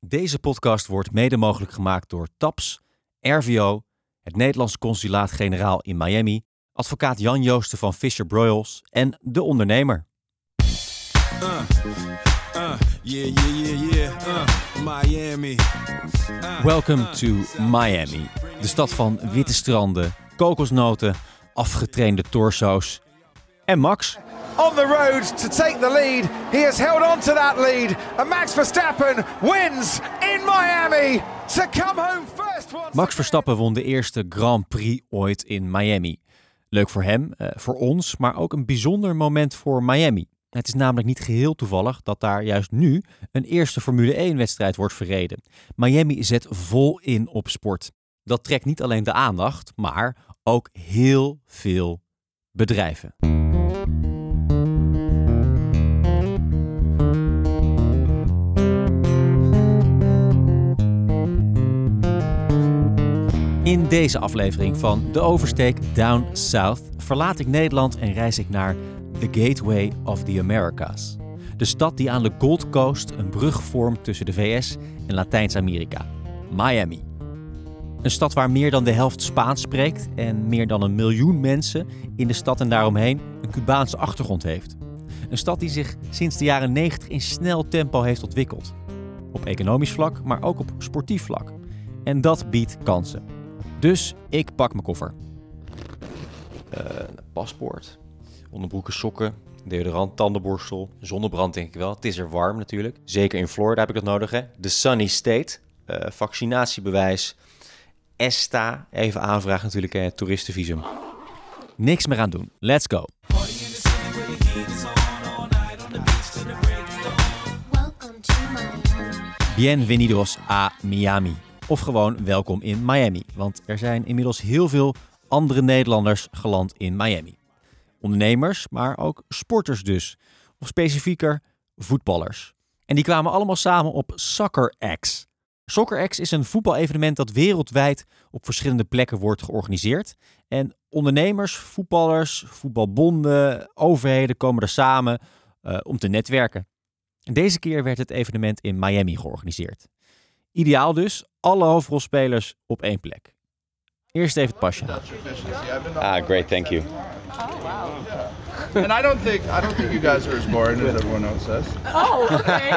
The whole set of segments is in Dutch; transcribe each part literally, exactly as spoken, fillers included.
Deze podcast wordt mede mogelijk gemaakt door T A P S, R V O, het Nederlands Consulaat-Generaal in Miami, advocaat Jan Joosten van Fisher Broyles en De Ondernemer. Uh, uh, yeah, yeah, yeah, yeah. Uh, Miami. Uh, Welcome uh, to Miami. De stad van witte stranden, kokosnoten, afgetrainde torso's en Max. On the road to take the lead. He has held on to that lead. And Max Verstappen wins in Miami to come home first. Max Verstappen won de eerste Grand Prix ooit in Miami. Leuk voor hem, uh, voor ons, maar ook een bijzonder moment voor Miami. Het is namelijk niet geheel toevallig dat daar juist nu een eerste Formule één-wedstrijd wordt verreden. Miami zet vol in op sport. Dat trekt niet alleen de aandacht, maar ook heel veel bedrijven. In deze aflevering van De Oversteek Down South verlaat ik Nederland en reis ik naar The Gateway of the Americas. De stad die aan de Gold Coast een brug vormt tussen de V S en Latijns-Amerika. Miami. Een stad waar meer dan de helft Spaans spreekt en meer dan een miljoen mensen in de stad en daaromheen een Cubaanse achtergrond heeft. Een stad die zich sinds de jaren negentig in snel tempo heeft ontwikkeld. Op economisch vlak, maar ook op sportief vlak. En dat biedt kansen. Dus ik pak mijn koffer. Uh, paspoort, onderbroeken, sokken, deodorant, tandenborstel, zonnebrand denk ik wel. Het is er warm natuurlijk. Zeker in Florida heb ik dat nodig, hè. De Sunny State, uh, vaccinatiebewijs, E S T A, even aanvragen natuurlijk, hè, toeristenvisum. Niks meer aan doen. Let's go. Bienvenidos a Miami. Of gewoon welkom in Miami, want er zijn inmiddels heel veel andere Nederlanders geland in Miami. Ondernemers, maar ook sporters dus. Of specifieker voetballers. En die kwamen allemaal samen op SoccerX. SoccerX is een voetbalevenement dat wereldwijd op verschillende plekken wordt georganiseerd. En ondernemers, voetballers, voetbalbonden, overheden komen er samen uh, om te netwerken. En deze keer werd het evenement in Miami georganiseerd. Ideaal dus, alle hoofdrolspelers op één plek. Eerst even het pasje halen. Ah, great, thank you. Oh, wow. And I don't think I don't think you guys are as boring as everyone else says. Oh, okay.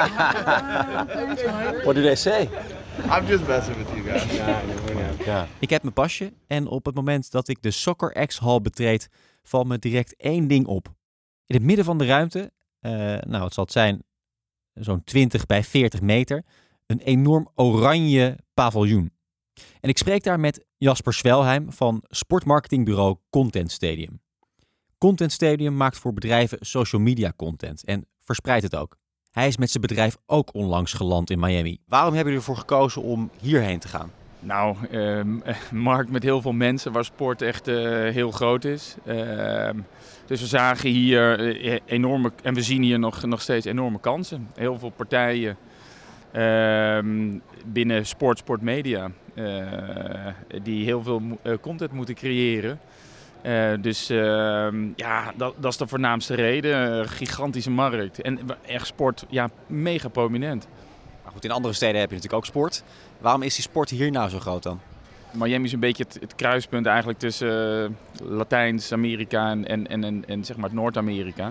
What do they say? I'm just messing with you guys. Ja, ja. Ik heb mijn pasje en op het moment dat ik de SoccerX-hal betreed, valt me direct één ding op. In het midden van de ruimte, uh, nou het zal het zijn, zo'n twintig bij veertig meter, een enorm oranje paviljoen. En ik spreek daar met Jasper Swelheim van sportmarketingbureau Content Stadium. Content Stadium maakt voor bedrijven social media content en verspreidt het ook. Hij is met zijn bedrijf ook onlangs geland in Miami. Waarom hebben jullie ervoor gekozen om hierheen te gaan? Nou, uh, een markt met heel veel mensen waar sport echt uh, heel groot is. Uh, dus we zagen hier uh, enorme, en we zien hier nog, nog steeds enorme kansen. Heel veel partijen uh, binnen sport, sportmedia, uh, die heel veel uh, content moeten creëren. Uh, dus uh, ja, dat, dat is de voornaamste reden. Uh, gigantische markt. En echt sport, ja, mega prominent. Maar goed, in andere steden heb je natuurlijk ook sport. Waarom is die sport hier nou zo groot dan? Miami is een beetje het, het kruispunt eigenlijk tussen uh, Latijns-Amerika en, en, en, en, en zeg maar Noord-Amerika.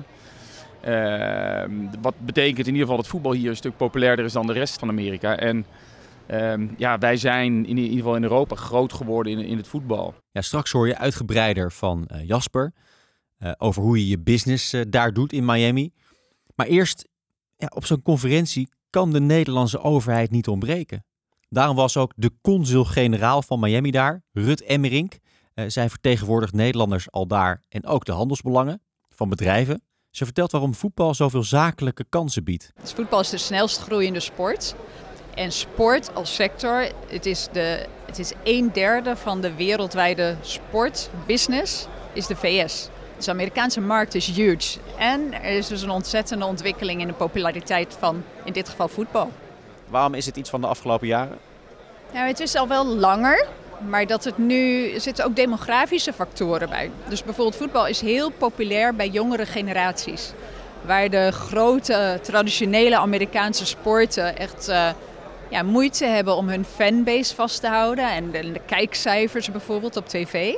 Uh, wat betekent in ieder geval dat voetbal hier een stuk populairder is dan de rest van Amerika. En Um, ja, wij zijn in ieder geval in Europa groot geworden in, in het voetbal. Ja, straks hoor je uitgebreider van uh, Jasper uh, over hoe je je business uh, daar doet in Miami. Maar eerst, ja, op zo'n conferentie kan de Nederlandse overheid niet ontbreken. Daarom was ook de consul-generaal van Miami daar, Rut Emmerink. Uh, zij vertegenwoordigt Nederlanders al daar en ook de handelsbelangen van bedrijven. Ze vertelt waarom voetbal zoveel zakelijke kansen biedt. Dus voetbal is de snelst groeiende sport. En sport als sector, het is, de, het is een derde van de wereldwijde sportbusiness, is de V S. Dus de Amerikaanse markt is huge. En er is dus een ontzettende ontwikkeling in de populariteit van, in dit geval, voetbal. Waarom is het iets van de afgelopen jaren? Nou, het is al wel langer, maar dat het nu, er zitten ook demografische factoren bij. Dus bijvoorbeeld voetbal is heel populair bij jongere generaties. Waar de grote traditionele Amerikaanse sporten echt uh, ja, moeite hebben om hun fanbase vast te houden. En de, de kijkcijfers bijvoorbeeld op tv.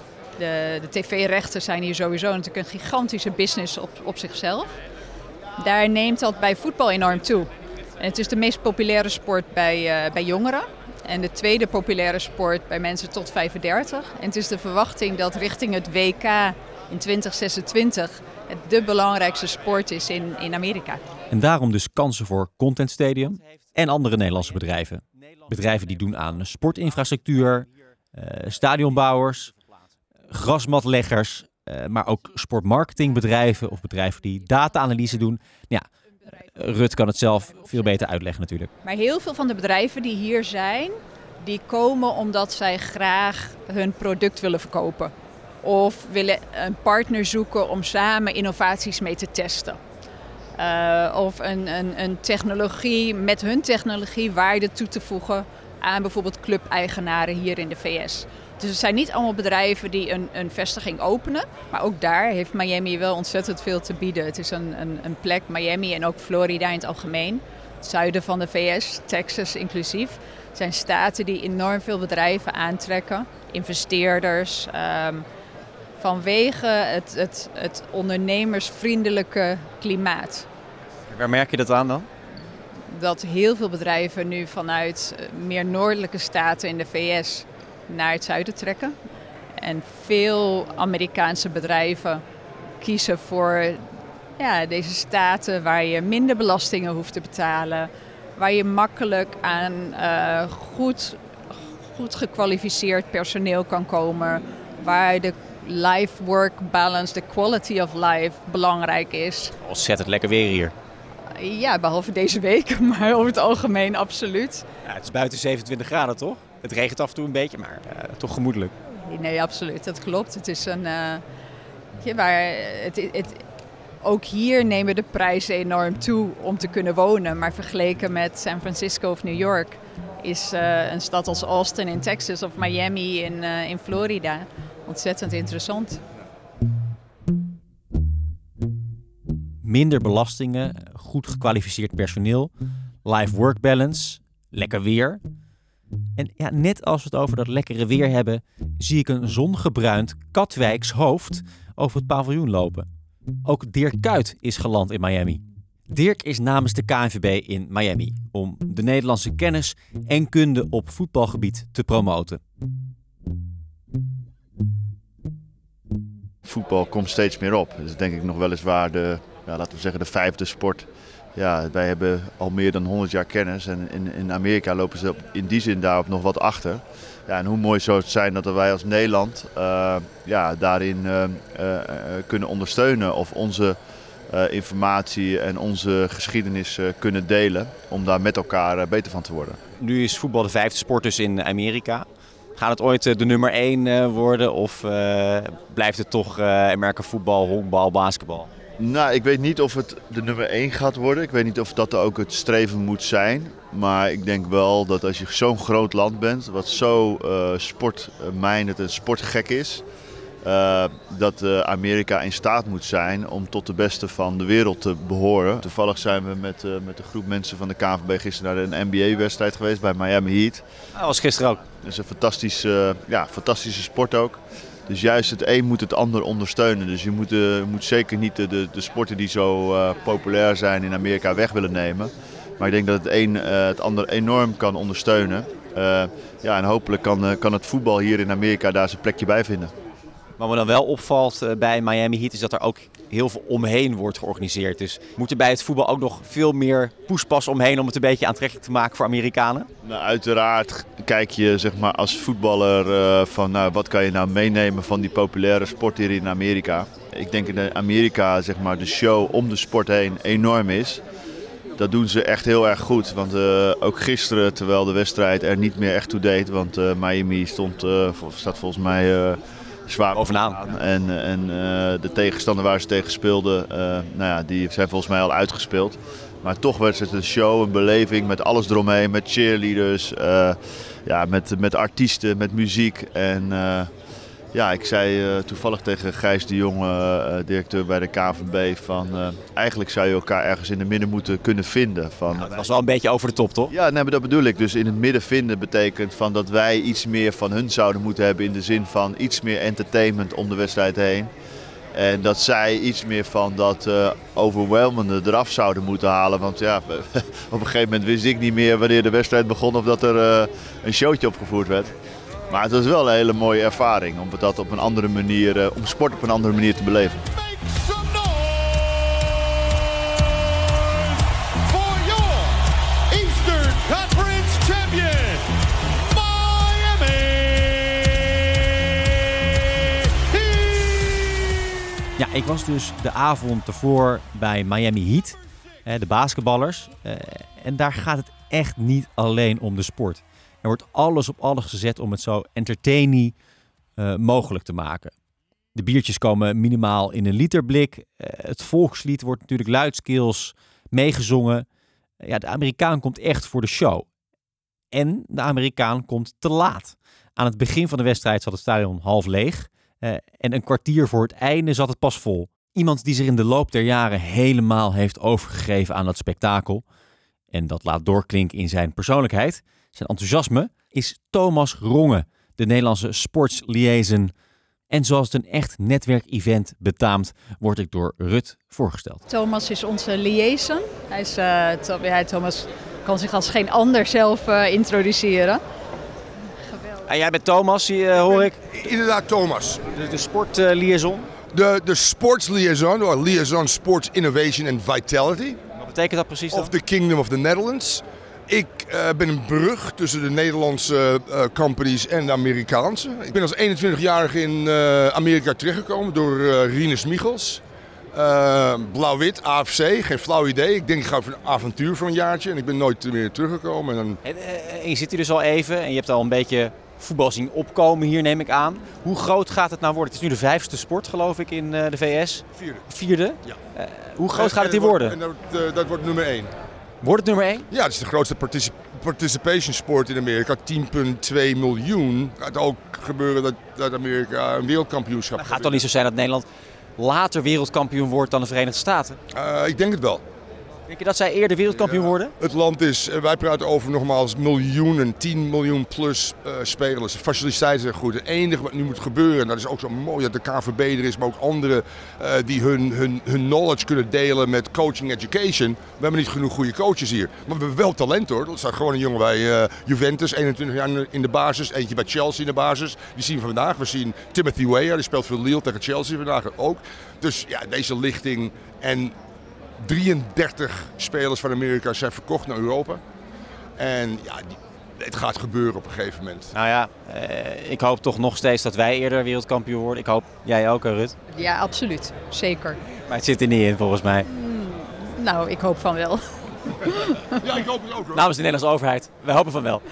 De, de tv-rechten zijn hier sowieso natuurlijk een gigantische business op, op zichzelf. Daar neemt dat bij voetbal enorm toe. En het is de meest populaire sport bij, uh, bij jongeren. En de tweede populaire sport bij mensen tot vijfendertig. En het is de verwachting dat richting het W K in twintig zesentwintig het de belangrijkste sport is in, in Amerika. En daarom dus kansen voor Content Stadium en andere Nederlandse bedrijven. Bedrijven die doen aan sportinfrastructuur, uh, stadionbouwers, grasmatleggers, uh, maar ook sportmarketingbedrijven of bedrijven die data-analyse doen. Ja, Rut kan het zelf veel beter uitleggen natuurlijk. Maar heel veel van de bedrijven die hier zijn, die komen omdat zij graag hun product willen verkopen. Of willen een partner zoeken om samen innovaties mee te testen. Uh, of een, een, een technologie met hun technologie waarde toe te voegen aan bijvoorbeeld clubeigenaren hier in de V S. Dus het zijn niet allemaal bedrijven die een, een vestiging openen. Maar ook daar heeft Miami wel ontzettend veel te bieden. Het is een, een, een plek, Miami en ook Florida in het algemeen. Het zuiden van de V S, Texas inclusief. Het zijn staten die enorm veel bedrijven aantrekken. Investeerders. Um, vanwege het, het, het ondernemersvriendelijke klimaat. Waar merk je dat aan dan? Dat heel veel bedrijven nu vanuit meer noordelijke staten in de V S naar het zuiden trekken. En veel Amerikaanse bedrijven kiezen voor ja, deze staten waar je minder belastingen hoeft te betalen. Waar je makkelijk aan uh, goed, goed gekwalificeerd personeel kan komen. Waar de life-work balance, de quality of life belangrijk is. Ontzettend lekker weer hier. Ja, behalve deze week, maar over het algemeen absoluut. Ja, het is buiten zevenentwintig graden, toch? Het regent af en toe een beetje, maar uh, toch gemoedelijk. Nee, absoluut. Dat klopt. Het is een... Uh, ja, maar het, het, ook hier nemen de prijzen enorm toe om te kunnen wonen. Maar vergeleken met San Francisco of New York is uh, een stad als Austin in Texas of Miami in, uh, in Florida ontzettend interessant. Minder belastingen, goed gekwalificeerd personeel, life-work balance, lekker weer. En ja, net als we het over dat lekkere weer hebben, zie ik een zongebruind Katwijks hoofd over het paviljoen lopen. Ook Dirk Kuyt is geland in Miami. Dirk is namens de K N V B in Miami om de Nederlandse kennis en kunde op voetbalgebied te promoten. Voetbal komt steeds meer op. Dat is denk ik nog weliswaar de, ja, laten we zeggen, de vijfde sport. Ja, wij hebben al meer dan honderd jaar kennis en in, in Amerika lopen ze in die zin daarop nog wat achter. Ja, en hoe mooi zou het zijn dat wij als Nederland uh, ja, daarin uh, uh, kunnen ondersteunen of onze uh, informatie en onze geschiedenis uh, kunnen delen om daar met elkaar uh, beter van te worden. Nu is voetbal de vijfde sport dus in Amerika. Gaat het ooit de nummer één worden of uh, blijft het toch uh, Amerika voetbal, honkbal, basketbal? Nou, ik weet niet of het de nummer één gaat worden. Ik weet niet of dat ook het streven moet zijn. Maar ik denk wel dat als je zo'n groot land bent, wat zo uh, sportminded en sportgek is, uh, dat uh, Amerika in staat moet zijn om tot de beste van de wereld te behoren. Toevallig zijn we met, uh, met een groep mensen van de K N V B gisteren naar een N B A-wedstrijd geweest bij Miami Heat. Dat was gisteren ook. Dat is een fantastische, uh, ja, fantastische sport ook. Dus juist het een moet het ander ondersteunen. Dus je moet, uh, moet zeker niet de, de, de sporten die zo uh, populair zijn in Amerika weg willen nemen. Maar ik denk dat het een uh, het ander enorm kan ondersteunen. Uh, ja, en hopelijk kan, uh, kan het voetbal hier in Amerika daar zijn plekje bij vinden. Wat me dan wel opvalt uh, bij Miami Heat is dat er ook heel veel omheen wordt georganiseerd. Dus moet er bij het voetbal ook nog veel meer poespas omheen om het een beetje aantrekkelijk te maken voor Amerikanen? Nou, uiteraard kijk je zeg maar, als voetballer uh, van nou, wat kan je nou meenemen van die populaire sport hier in Amerika. Ik denk in Amerika zeg maar, de show om de sport heen enorm is. Dat doen ze echt heel erg goed. Want uh, ook gisteren, terwijl de wedstrijd er niet meer echt toe deed. Want uh, Miami stond, uh, staat volgens mij uh, zwaar bovenaan. En, en uh, de tegenstander waar ze tegen speelden, uh, nou ja, die zijn volgens mij al uitgespeeld. Maar toch werd het een show, een beleving met alles eromheen. Met cheerleaders, uh, ja, met, met artiesten, met muziek. En uh, Ja, ik zei uh, toevallig tegen Gijs de Jong, uh, directeur bij de K N V B, van uh, eigenlijk zou je elkaar ergens in het midden moeten kunnen vinden. Van, ja, dat was wel een beetje over de top, toch? Ja, nee, maar dat bedoel ik. Dus in het midden vinden betekent van dat wij iets meer van hun zouden moeten hebben in de zin van iets meer entertainment om de wedstrijd heen. En dat zij iets meer van dat uh, overwhelmende eraf zouden moeten halen. Want ja, op een gegeven moment wist ik niet meer wanneer de wedstrijd begon of dat er uh, een showtje opgevoerd werd. Maar het was wel een hele mooie ervaring om dat op een andere manier, uh, om sport op een andere manier te beleven. Ja, ik was dus de avond ervoor bij Miami Heat, de basketballers. En daar gaat het echt niet alleen om de sport. Er wordt alles op alles gezet om het zo entertaining uh, mogelijk te maken. De biertjes komen minimaal in een liter blik. Uh, het volkslied wordt natuurlijk luidkeels meegezongen. Uh, ja, de Amerikaan komt echt voor de show. En de Amerikaan komt te laat. Aan het begin van de wedstrijd zat het stadion half leeg. Uh, en een kwartier voor het einde zat het pas vol. Iemand die zich in de loop der jaren helemaal heeft overgegeven aan dat spektakel. En dat laat doorklinken in zijn persoonlijkheid. Zijn enthousiasme is Thomas Rongen, de Nederlandse sportsliaison. En zoals het een echt netwerkevent betaamt, word ik door Rut voorgesteld. Thomas is onze liaison. Hij is, uh, to- ja, Thomas kan zich als geen ander zelf uh, introduceren. Geweldig. En jij bent Thomas, uh, hoor ik? Inderdaad, Thomas. De, de sportliaison? De, de sportsliaison, of liaison Sports Innovation and Vitality. Wat betekent dat precies dan? Of the Kingdom of the Netherlands. Ik uh, ben een brug tussen de Nederlandse uh, companies en de Amerikaanse. Ik ben als eenentwintigjarige in uh, Amerika terechtgekomen door uh, Rinus Michels. Uh, Blauw-wit, A F C, geen flauw idee. Ik denk ik ga voor een avontuur voor een jaartje en ik ben nooit meer teruggekomen. En dan... en, uh, en je zit hier dus al even en je hebt al een beetje voetbal zien opkomen hier, neem ik aan. Hoe groot gaat het nou worden? Het is nu de vijfde sport, geloof ik, in uh, de V S. Vierde. Vierde? Ja. Uh, hoe groot en, gaat het hier worden? En dat, uh, dat wordt nummer één. Wordt het nummer één? Ja, het is de grootste particip- participation sport in Amerika. tien komma twee miljoen. Het gaat ook gebeuren dat, dat Amerika een wereldkampioenschap gaat. Het toch niet zo zijn dat Nederland later wereldkampioen wordt dan de Verenigde Staten? Uh, ik denk het wel. Denk je dat zij eerder wereldkampioen ja, worden? Het land is, wij praten over nogmaals miljoenen, tien miljoen plus uh, spelers. De faciliteiten zijn goed. Het enige wat nu moet gebeuren, en dat is ook zo mooi dat de K N V B er is, maar ook anderen uh, die hun, hun, hun knowledge kunnen delen met coaching education. We hebben niet genoeg goede coaches hier. Maar we hebben wel talent hoor. Er staat gewoon een jongen bij uh, Juventus, eenentwintig jaar in de basis. Eentje bij Chelsea in de basis. Die zien we vandaag. We zien Timothy Weah, die speelt voor Lille tegen Chelsea vandaag ook. Dus ja, deze lichting en drieëndertig spelers van Amerika zijn verkocht naar Europa. En ja, die, het gaat gebeuren op een gegeven moment. Nou ja, eh, ik hoop toch nog steeds dat wij eerder wereldkampioen worden. Ik hoop jij ook, Rut? Ja, absoluut. Zeker. Maar het zit er niet in, volgens mij. Mm, nou, ik hoop van wel. Ja, ik hoop het ook. Hoor. Namens de Nederlandse overheid. Wij hopen van wel.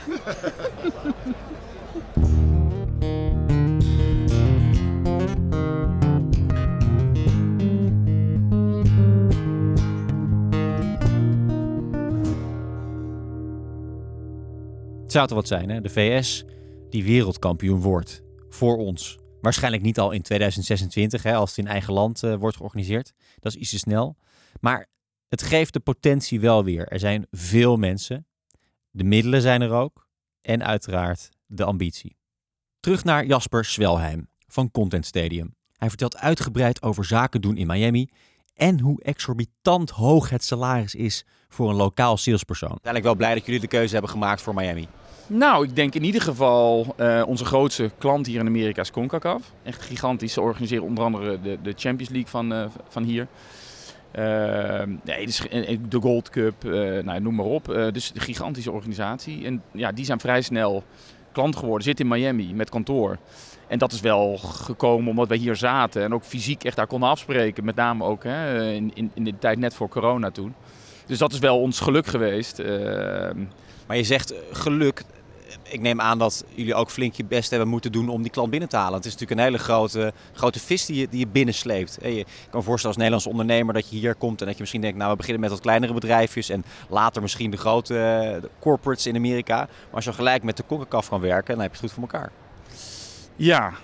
Het zou toch wat zijn, hè? De V S die wereldkampioen wordt. Voor ons. Waarschijnlijk niet al in tweeduizend zesentwintig, hè, als het in eigen land uh, wordt georganiseerd. Dat is iets te snel. Maar het geeft de potentie wel weer. Er zijn veel mensen. De middelen zijn er ook. En uiteraard de ambitie. Terug naar Jasper Swelheim van Content Stadium. Hij vertelt uitgebreid over zaken doen in Miami en hoe exorbitant hoog het salaris is voor een lokaal salespersoon. Uiteindelijk wel blij dat jullie de keuze hebben gemaakt voor Miami. Nou, ik denk in ieder geval uh, onze grootste klant hier in Amerika is CONCACAF. Echt gigantisch. Ze organiseren onder andere de, de Champions League van, uh, van hier. Uh, nee, dus de Gold Cup, uh, nou, noem maar op. Uh, dus een gigantische organisatie. En ja, die zijn vrij snel klant geworden. Zitten in Miami met kantoor. En dat is wel gekomen omdat wij hier zaten en ook fysiek echt daar konden afspreken. Met name ook hè, in, in, in de tijd net voor corona toen. Dus dat is wel ons geluk geweest. Uh, maar je zegt geluk. Ik neem aan dat jullie ook flink je best hebben moeten doen om die klant binnen te halen. Het is natuurlijk een hele grote, grote vis die je, die je binnensleept. Je kan me voorstellen als Nederlandse ondernemer dat je hier komt en dat je misschien denkt, nou we beginnen met wat kleinere bedrijfjes en later misschien de grote de corporates in Amerika. Maar als je gelijk met de CONCACAF kan werken, dan heb je het goed voor elkaar. Ja,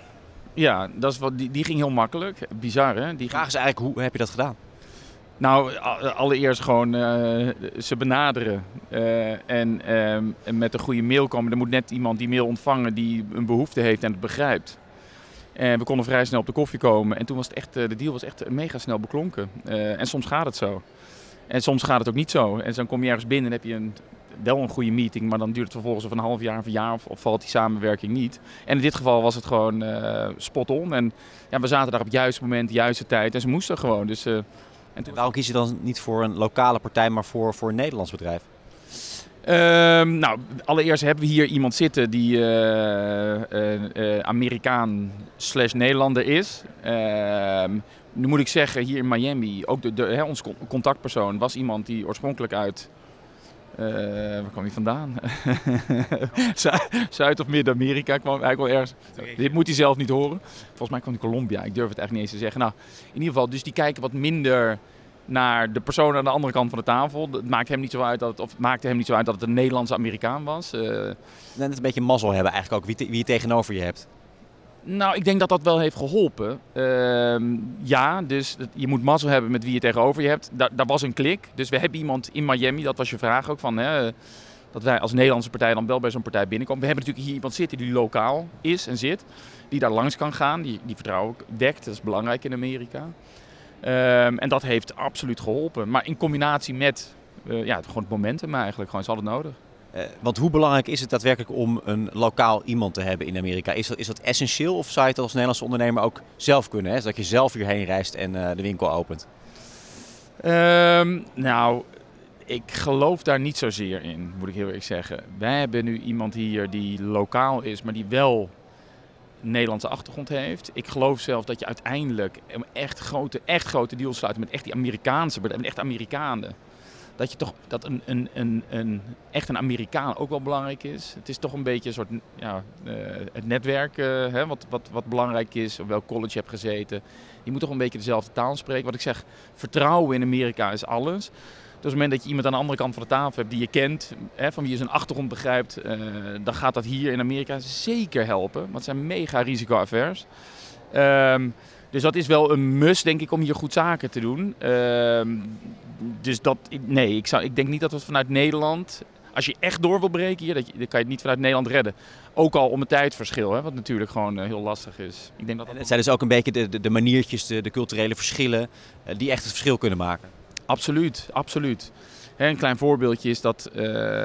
Ja, dat is wat, die, die ging heel makkelijk. Bizar, hè? Die Vraag is eigenlijk, hoe heb je dat gedaan? Nou, allereerst gewoon uh, ze benaderen uh, en, uh, en met een goede mail komen. Er moet net iemand die mail ontvangen die een behoefte heeft en het begrijpt. En we konden vrij snel op de koffie komen en toen was het echt, de deal was echt mega snel beklonken. Uh, en soms gaat het zo. En soms gaat het ook niet zo. En dan kom je ergens binnen en heb je een, wel een goede meeting, maar dan duurt het vervolgens of een half jaar of een jaar of, of valt die samenwerking niet. En in dit geval was het gewoon uh, spot on. En ja, we zaten daar op het juiste moment, de juiste tijd en ze moesten gewoon. Dus... Uh, En toen... Waarom kies je dan niet voor een lokale partij, maar voor, voor een Nederlands bedrijf? Uh, nou, allereerst hebben we hier iemand zitten die uh, uh, uh, Amerikaan slash Nederlander is. Uh, nu moet ik zeggen, hier in Miami, ook de, de, hè, ons contactpersoon was iemand die oorspronkelijk uit... Uh, waar kwam hij vandaan? Zuid- of Midden-Amerika kwam hij wel ergens. Dit moet hij zelf niet horen. Volgens mij kwam hij Colombia. Ik durf het echt niet eens te zeggen. Nou, in ieder geval, dus die kijken wat minder naar de persoon aan de andere kant van de tafel. Het maakt hem niet zo uit dat het, of het maakte hem niet zo uit dat het een Nederlandse Amerikaan was. Uh, Net een beetje mazzel hebben eigenlijk ook, wie, te, wie je tegenover je hebt. Nou, ik denk dat dat wel heeft geholpen. Uh, ja, dus je moet mazzel hebben met wie je tegenover je hebt. Daar, daar was een klik. Dus we hebben iemand in Miami, dat was je vraag ook, van, hè, dat wij als Nederlandse partij dan wel bij zo'n partij binnenkomen. We hebben natuurlijk hier iemand zitten die lokaal is en zit. Die daar langs kan gaan, die, die vertrouwen wekt. Dat is belangrijk in Amerika. Um, en dat heeft absoluut geholpen. Maar in combinatie met uh, ja, gewoon het momentum eigenlijk. Gewoon, is altijd nodig. Uh, want hoe belangrijk is het daadwerkelijk om een lokaal iemand te hebben in Amerika? Is dat, is dat essentieel of zou je het als Nederlandse ondernemer ook zelf kunnen? Hè? Zodat je zelf hierheen reist en uh, de winkel opent? Um, nou, ik geloof daar niet zozeer in, moet ik heel eerlijk zeggen. Wij hebben nu iemand hier die lokaal is, maar die wel een Nederlandse achtergrond heeft. Ik geloof zelf dat je uiteindelijk echt grote, echt grote deals sluit met echt die Amerikaanse bedrijven, met echt Amerikanen. Dat je toch dat een, een, een, een echt een Amerikaan ook wel belangrijk is. Het is toch een beetje een soort ja, uh, het netwerk uh, hè, wat, wat, wat belangrijk is. Op welk college je hebt gezeten. Je moet toch een beetje dezelfde taal spreken. Wat ik zeg, vertrouwen in Amerika is alles. Dus op het moment dat je iemand aan de andere kant van de tafel hebt die je kent, hè, van wie je zijn achtergrond begrijpt, uh, dan gaat dat hier in Amerika zeker helpen. Want het zijn mega risicoavers. Um, Dus dat is wel een must, denk ik, om hier goed zaken te doen. Uh, dus dat, nee, ik, zou, ik denk niet dat we het vanuit Nederland, als je echt door wil breken hier, dat je, dan kan je het niet vanuit Nederland redden. Ook al om het tijdverschil, hè, wat natuurlijk gewoon uh, heel lastig is. Ik denk dat dat het zijn dus ook een beetje de, de, de maniertjes, de, de culturele verschillen, uh, die echt het verschil kunnen maken. Absoluut, absoluut. Hè, een klein voorbeeldje is dat uh,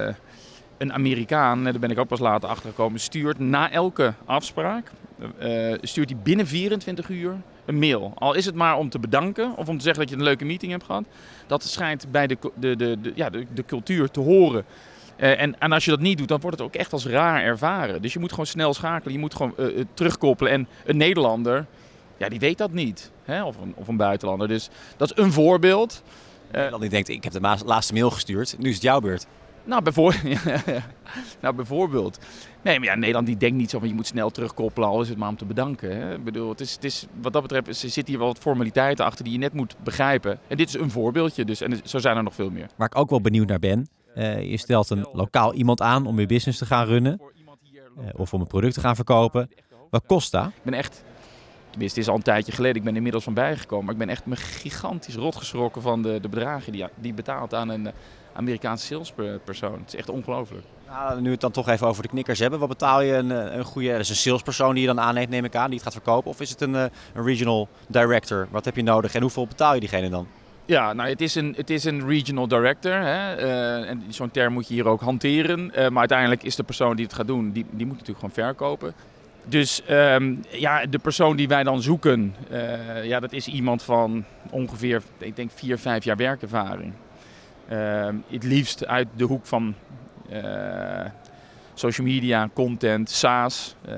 een Amerikaan, daar ben ik ook pas later achter gekomen, stuurt na elke afspraak, uh, stuurt hij binnen vierentwintig uur een mail. Al is het maar om te bedanken of om te zeggen dat je een leuke meeting hebt gehad. Dat schijnt bij de, de, de, de, ja, de, de cultuur te horen. Uh, en, en als je dat niet doet, dan wordt het ook echt als raar ervaren. Dus je moet gewoon snel schakelen, je moet gewoon uh, terugkoppelen. En een Nederlander, ja, die weet dat niet. Hè? Of, een, of een buitenlander. Dus dat is een voorbeeld. Uh, dan die denkt, ik heb de ma- laatste mail gestuurd, nu is het jouw beurt. Nou, bijvoorbeeld. nou, bijvoorbeeld. Nee, maar ja, Nederland die denkt niet zo van je moet snel terugkoppelen, al is het maar om te bedanken. Hè? Ik bedoel, het is, het is, wat dat betreft er zitten hier wel wat formaliteiten achter die je net moet begrijpen. En dit is een voorbeeldje, dus, en zo zijn er nog veel meer. Waar ik ook wel benieuwd naar ben, uh, je stelt een lokaal iemand aan om je business te gaan runnen. Uh, of om een product te gaan verkopen. Wat kost dat? Ik ben echt, tenminste het is al een tijdje geleden, ik ben inmiddels van bijgekomen. Maar ik ben echt me gigantisch rot geschrokken van de, de bedragen die die betaalt aan een Amerikaanse salespersoon. Het is echt ongelooflijk. Nou, nu we het dan toch even over de knikkers hebben. Wat betaal je een, een goede, dat is een salespersoon die je dan aanneemt, neem ik aan, die het gaat verkopen? Of is het een, een regional director? Wat heb je nodig en hoeveel betaal je diegene dan? Ja, nou, het is een, het is een regional director. Hè? Uh, en zo'n term moet je hier ook hanteren. Uh, maar uiteindelijk is de persoon die het gaat doen, die, die moet natuurlijk gewoon verkopen. Dus um, ja, de persoon die wij dan zoeken, uh, ja, dat is iemand van ongeveer, ik denk, vier, vijf jaar werkervaring. Uh, het liefst uit de hoek van uh, social media, content, SaaS. Uh,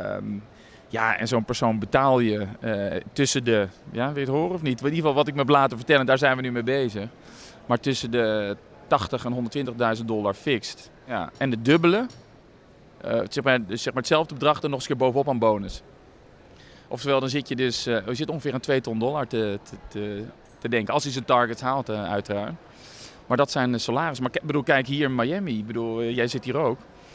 ja, en zo'n persoon betaal je uh, tussen de, ja, wil je het horen of niet? In ieder geval wat ik me heb laten vertellen, daar zijn we nu mee bezig. Maar tussen de tachtig en honderdtwintigduizend dollar fixed. Ja. En de dubbele, uh, zeg maar, zeg maar hetzelfde bedrag er nog eens keer bovenop aan bonus. Oftewel, dan zit je dus, uh, je zit ongeveer aan twee ton dollar te, te, te, te denken. Als hij zijn targets haalt, uh, uiteraard. Maar dat zijn de salarissen. Maar ik bedoel, kijk hier in Miami, ik bedoel, jij zit hier ook.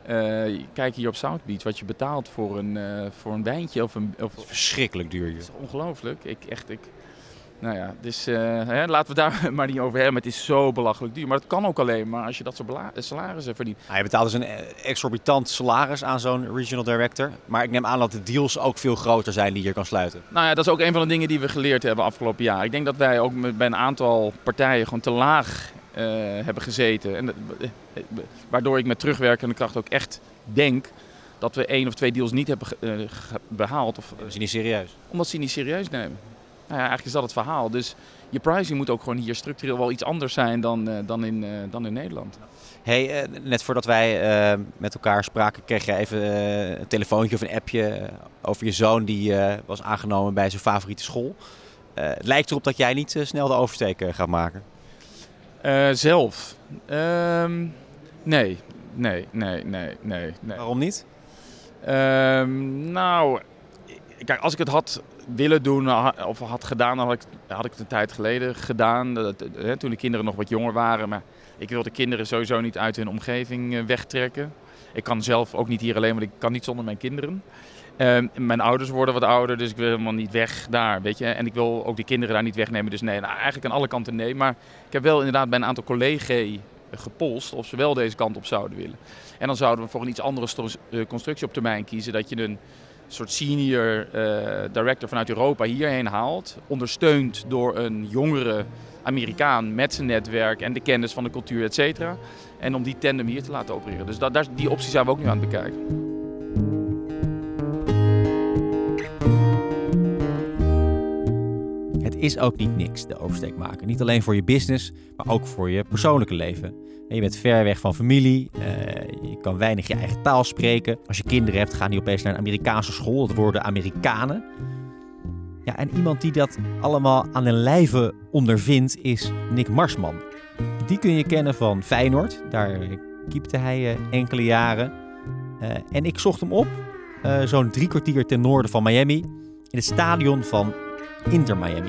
Uh, kijk hier op South Beach wat je betaalt voor een, uh, voor een wijntje. Of een, of... Het is verschrikkelijk duur hier. Het is ongelooflijk. Ik, echt, ik... Nou ja, dus uh, hè, laten we daar maar niet over hebben. Het is zo belachelijk duur. Maar dat kan ook alleen maar als je dat soort bela- salarissen verdient. Ah, je betaalt dus een exorbitant salaris aan zo'n regional director. Maar ik neem aan dat de deals ook veel groter zijn die je hier kan sluiten. Nou ja, dat is ook een van de dingen die we geleerd hebben afgelopen jaar. Ik denk dat wij ook met, bij een aantal partijen gewoon te laag uh, hebben gezeten. En, uh, waardoor ik met terugwerkende kracht ook echt denk dat we één of twee deals niet hebben uh, behaald. Of, uh, ze niet serieus. Omdat ze niet serieus nemen. Nou ja, eigenlijk is dat het verhaal. Dus je pricing moet ook gewoon hier structureel wel iets anders zijn dan, uh, dan, in, uh, dan in Nederland. Hey, uh, net voordat wij uh, met elkaar spraken, kreeg jij even uh, een telefoontje of een appje uh, over je zoon die uh, was aangenomen bij zijn favoriete school. Uh, het lijkt erop dat jij niet uh, snel de oversteek uh, gaat maken. Uh, zelf? Uh, nee. Nee, nee, nee, nee, nee. Waarom niet? Uh, nou, kijk, als ik het had willen doen of had gedaan, dan had ik, had ik het een tijd geleden gedaan. Dat, hè, toen de kinderen nog wat jonger waren. Maar ik wil de kinderen sowieso niet uit hun omgeving wegtrekken. Ik kan zelf ook niet hier alleen, want ik kan niet zonder mijn kinderen. Uh, mijn ouders worden wat ouder, dus ik wil helemaal niet weg daar, weet je. En ik wil ook die kinderen daar niet wegnemen. Dus nee, nou, eigenlijk aan alle kanten nee. Maar ik heb wel inderdaad bij een aantal collega's gepolst of ze wel deze kant op zouden willen. En dan zouden we voor een iets andere sto- constructie op termijn kiezen. Dat je een soort senior uh, director vanuit Europa hierheen haalt. Ondersteund door een jongere Amerikaan met zijn netwerk en de kennis van de cultuur, et cetera. En om die tandem hier te laten opereren. Dus dat, daar, die optie zijn we ook nu aan het bekijken. Het is ook niet niks, de oversteek maken. Niet alleen voor je business, maar ook voor je persoonlijke leven. En je bent ver weg van familie, uh, je kan weinig je eigen taal spreken. Als je kinderen hebt, gaan die opeens naar een Amerikaanse school. Dat worden Amerikanen. Ja, en iemand die dat allemaal aan een lijve ondervindt is Nick Marsman. Die kun je kennen van Feyenoord. Daar keepte hij uh, enkele jaren. Uh, en ik zocht hem op, uh, zo'n drie kwartier ten noorden van Miami, in het stadion van Inter Miami.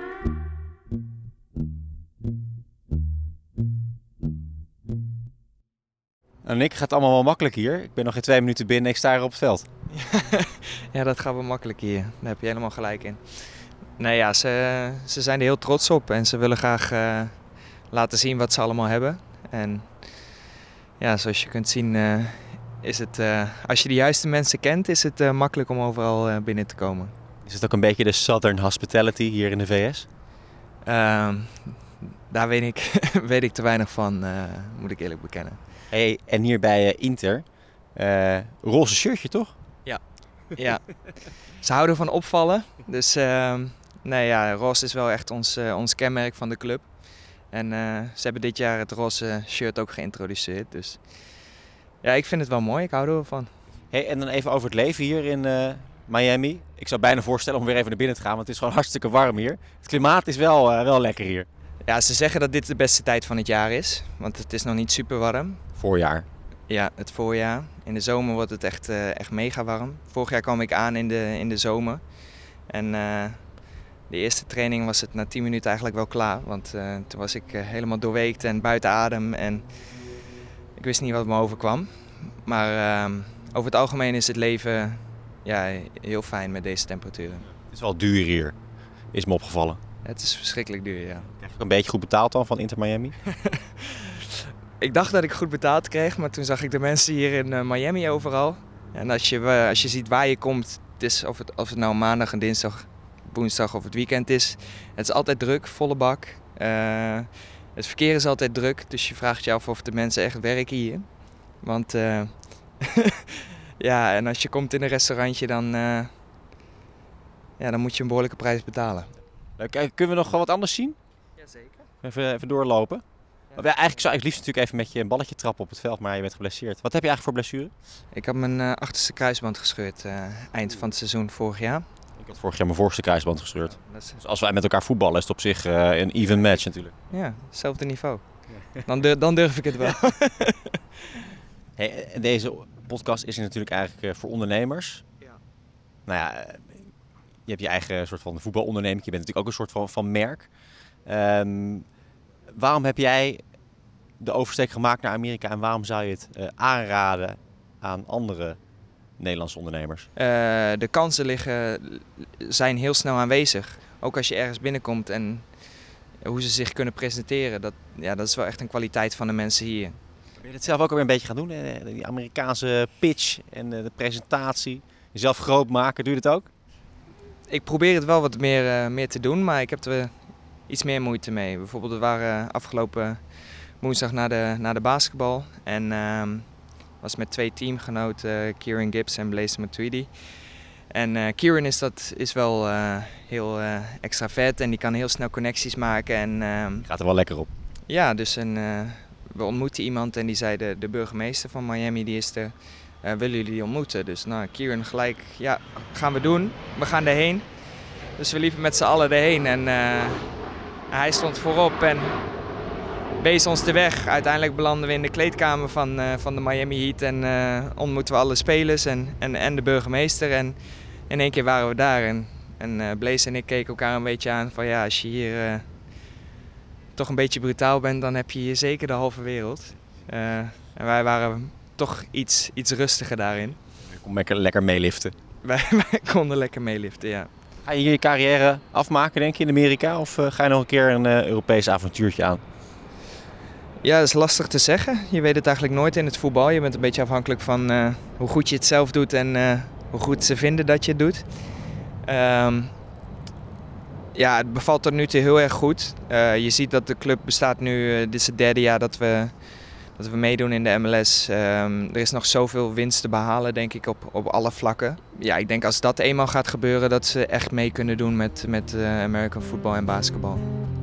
En Nick, gaat allemaal wel makkelijk hier. Ik ben nog geen twee minuten binnen en ik sta hier op het veld. Ja, dat gaat wel makkelijk hier. Daar heb je helemaal gelijk in. Nee, ja, ze, ze zijn er heel trots op en ze willen graag uh, laten zien wat ze allemaal hebben. En ja, zoals je kunt zien uh, is het, uh, als je de juiste mensen kent, is het uh, makkelijk om overal uh, binnen te komen. Is het ook een beetje de Southern Hospitality hier in de V S? Uh, daar weet ik, weet ik te weinig van, uh, moet ik eerlijk bekennen. Hey, en hier bij uh, Inter, uh, roze shirtje toch? Ja, ja. Ze houden van opvallen. Dus uh, nee, ja, roze is wel echt ons, uh, ons kenmerk van de club. En uh, ze hebben dit jaar het roze shirt ook geïntroduceerd. Dus ja, ik vind het wel mooi. Ik hou er wel van. Hey, en dan even over het leven hier in uh, Miami. Ik zou bijna voorstellen om weer even naar binnen te gaan, want het is gewoon hartstikke warm hier. Het klimaat is wel, uh, wel lekker hier. Ja, ze zeggen dat dit de beste tijd van het jaar is, want het is nog niet super warm. Voorjaar. Ja, het voorjaar. In de zomer wordt het echt, uh, echt mega warm. Vorig jaar kwam ik aan in de, in de zomer. En uh, de eerste training was het na tien minuten eigenlijk wel klaar. Want uh, toen was ik uh, helemaal doorweekt en buiten adem. En ik wist niet wat me overkwam. Maar uh, over het algemeen is het leven ja, heel fijn met deze temperaturen. Het is wel duur hier, is me opgevallen. Het is verschrikkelijk duur, ja. Krijg je een beetje goed betaald dan van Inter Miami? Ik dacht dat ik goed betaald kreeg, maar toen zag ik de mensen hier in uh, Miami overal. En als je, uh, als je ziet waar je komt, het is of, het, of het nou maandag en dinsdag, woensdag of het weekend is. Het is altijd druk, volle bak. Uh, het verkeer is altijd druk, dus je vraagt je af of de mensen echt werken hier. Want uh, ja, en als je komt in een restaurantje, dan, uh, ja, dan moet je een behoorlijke prijs betalen. Kijk, kunnen we nog wat anders zien? Jazeker. Even, even doorlopen. Ja. Ja, eigenlijk zou ik liefst natuurlijk even met je een balletje trappen op het veld, maar je bent geblesseerd. Wat heb je eigenlijk voor blessure? Ik had mijn uh, achterste kruisband gescheurd uh, eind van het seizoen vorig jaar. Ik had vorig jaar mijn voorste kruisband gescheurd. Ja, is... Dus als wij met elkaar voetballen is het op zich uh, een even match natuurlijk. Ja, hetzelfde niveau. Ja. Dan, durf, dan durf ik het wel. Hey, deze podcast is natuurlijk eigenlijk uh, voor ondernemers. Ja. Nou ja, je hebt je eigen soort van voetbalonderneming. Je bent natuurlijk ook een soort van, van merk. Um, waarom heb jij de oversteek gemaakt naar Amerika en waarom zou je het uh, aanraden aan andere Nederlandse ondernemers? Uh, de kansen liggen, zijn heel snel aanwezig. Ook als je ergens binnenkomt en hoe ze zich kunnen presenteren. Dat, ja, dat is wel echt een kwaliteit van de mensen hier. Wil je het zelf ook alweer een beetje gaan doen? Hè? Die Amerikaanse pitch en de presentatie. Jezelf groot maken, doe je dat ook? Ik probeer het wel wat meer, uh, meer te doen, maar ik heb er iets meer moeite mee. Bijvoorbeeld, we waren afgelopen woensdag naar de, naar de basketbal. En uh, was met twee teamgenoten, uh, Kieran Gibbs en Blaise Matuidi. En uh, Kieran is, dat, is wel uh, heel uh, extravert en die kan heel snel connecties maken. En, uh, gaat er wel lekker op. Ja, dus een, uh, we ontmoetten iemand en die zei de, de burgemeester van Miami, die is er. Uh, willen jullie die ontmoeten? Dus nou, Kieran gelijk, ja, gaan we doen. We gaan erheen. Dus we liepen met z'n allen erheen en uh, hij stond voorop en wees ons de weg. Uiteindelijk belanden we in de kleedkamer van, uh, van de Miami Heat en uh, ontmoetten we alle spelers en, en, en de burgemeester. En in één keer waren we daar en, en uh, Blaise en ik keken elkaar een beetje aan van ja, als je hier uh, toch een beetje brutaal bent, dan heb je hier zeker de halve wereld. Uh, en wij waren toch iets, iets rustiger daarin. Je kon lekker, lekker meeliften. Wij, wij konden lekker meeliften, ja. Ga je hier je carrière afmaken, denk je, in Amerika? Of uh, ga je nog een keer een uh, Europees avontuurtje aan? Ja, dat is lastig te zeggen. Je weet het eigenlijk nooit in het voetbal. Je bent een beetje afhankelijk van uh, hoe goed je het zelf doet en uh, hoe goed ze vinden dat je het doet. Um, ja, het bevalt tot nu toe heel erg goed. Uh, je ziet dat de club bestaat nu, uh, dit is het derde jaar dat we, dat we meedoen in de M L S. Um, er is nog zoveel winst te behalen, denk ik, op, op alle vlakken. Ja, ik denk als dat eenmaal gaat gebeuren, dat ze echt mee kunnen doen met, met uh, American football en basketbal.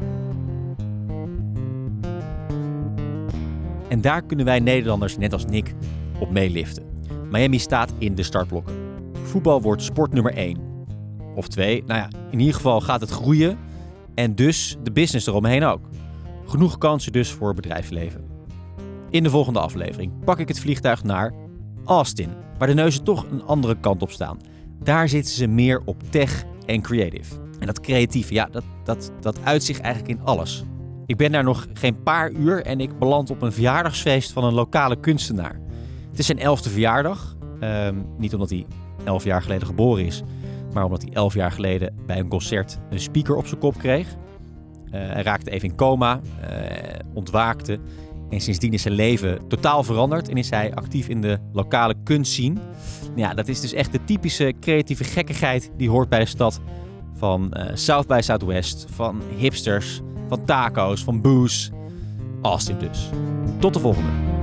En daar kunnen wij Nederlanders, net als Nick, op meeliften. Miami staat in de startblokken. Voetbal wordt sport nummer één. Of twee, nou ja, in ieder geval gaat het groeien. En dus de business eromheen ook. Genoeg kansen dus voor het bedrijfsleven. In de volgende aflevering pak ik het vliegtuig naar Austin, waar de neuzen toch een andere kant op staan. Daar zitten ze meer op tech en creative. En dat creatieve, ja, dat, dat, dat uit zich eigenlijk in alles. Ik ben daar nog geen paar uur en ik beland op een verjaardagsfeest van een lokale kunstenaar. Het is zijn elfde verjaardag. Um, niet omdat hij elf jaar geleden geboren is, maar omdat hij elf jaar geleden bij een concert een speaker op zijn kop kreeg. Uh, hij raakte even in coma, uh, ontwaakte en sindsdien is zijn leven totaal veranderd en is hij actief in de lokale kunstscene. Ja, dat is dus echt de typische creatieve gekkigheid die hoort bij de stad van uh, South by Southwest, van hipsters, van taco's, van booze. Austin dus. Tot de volgende.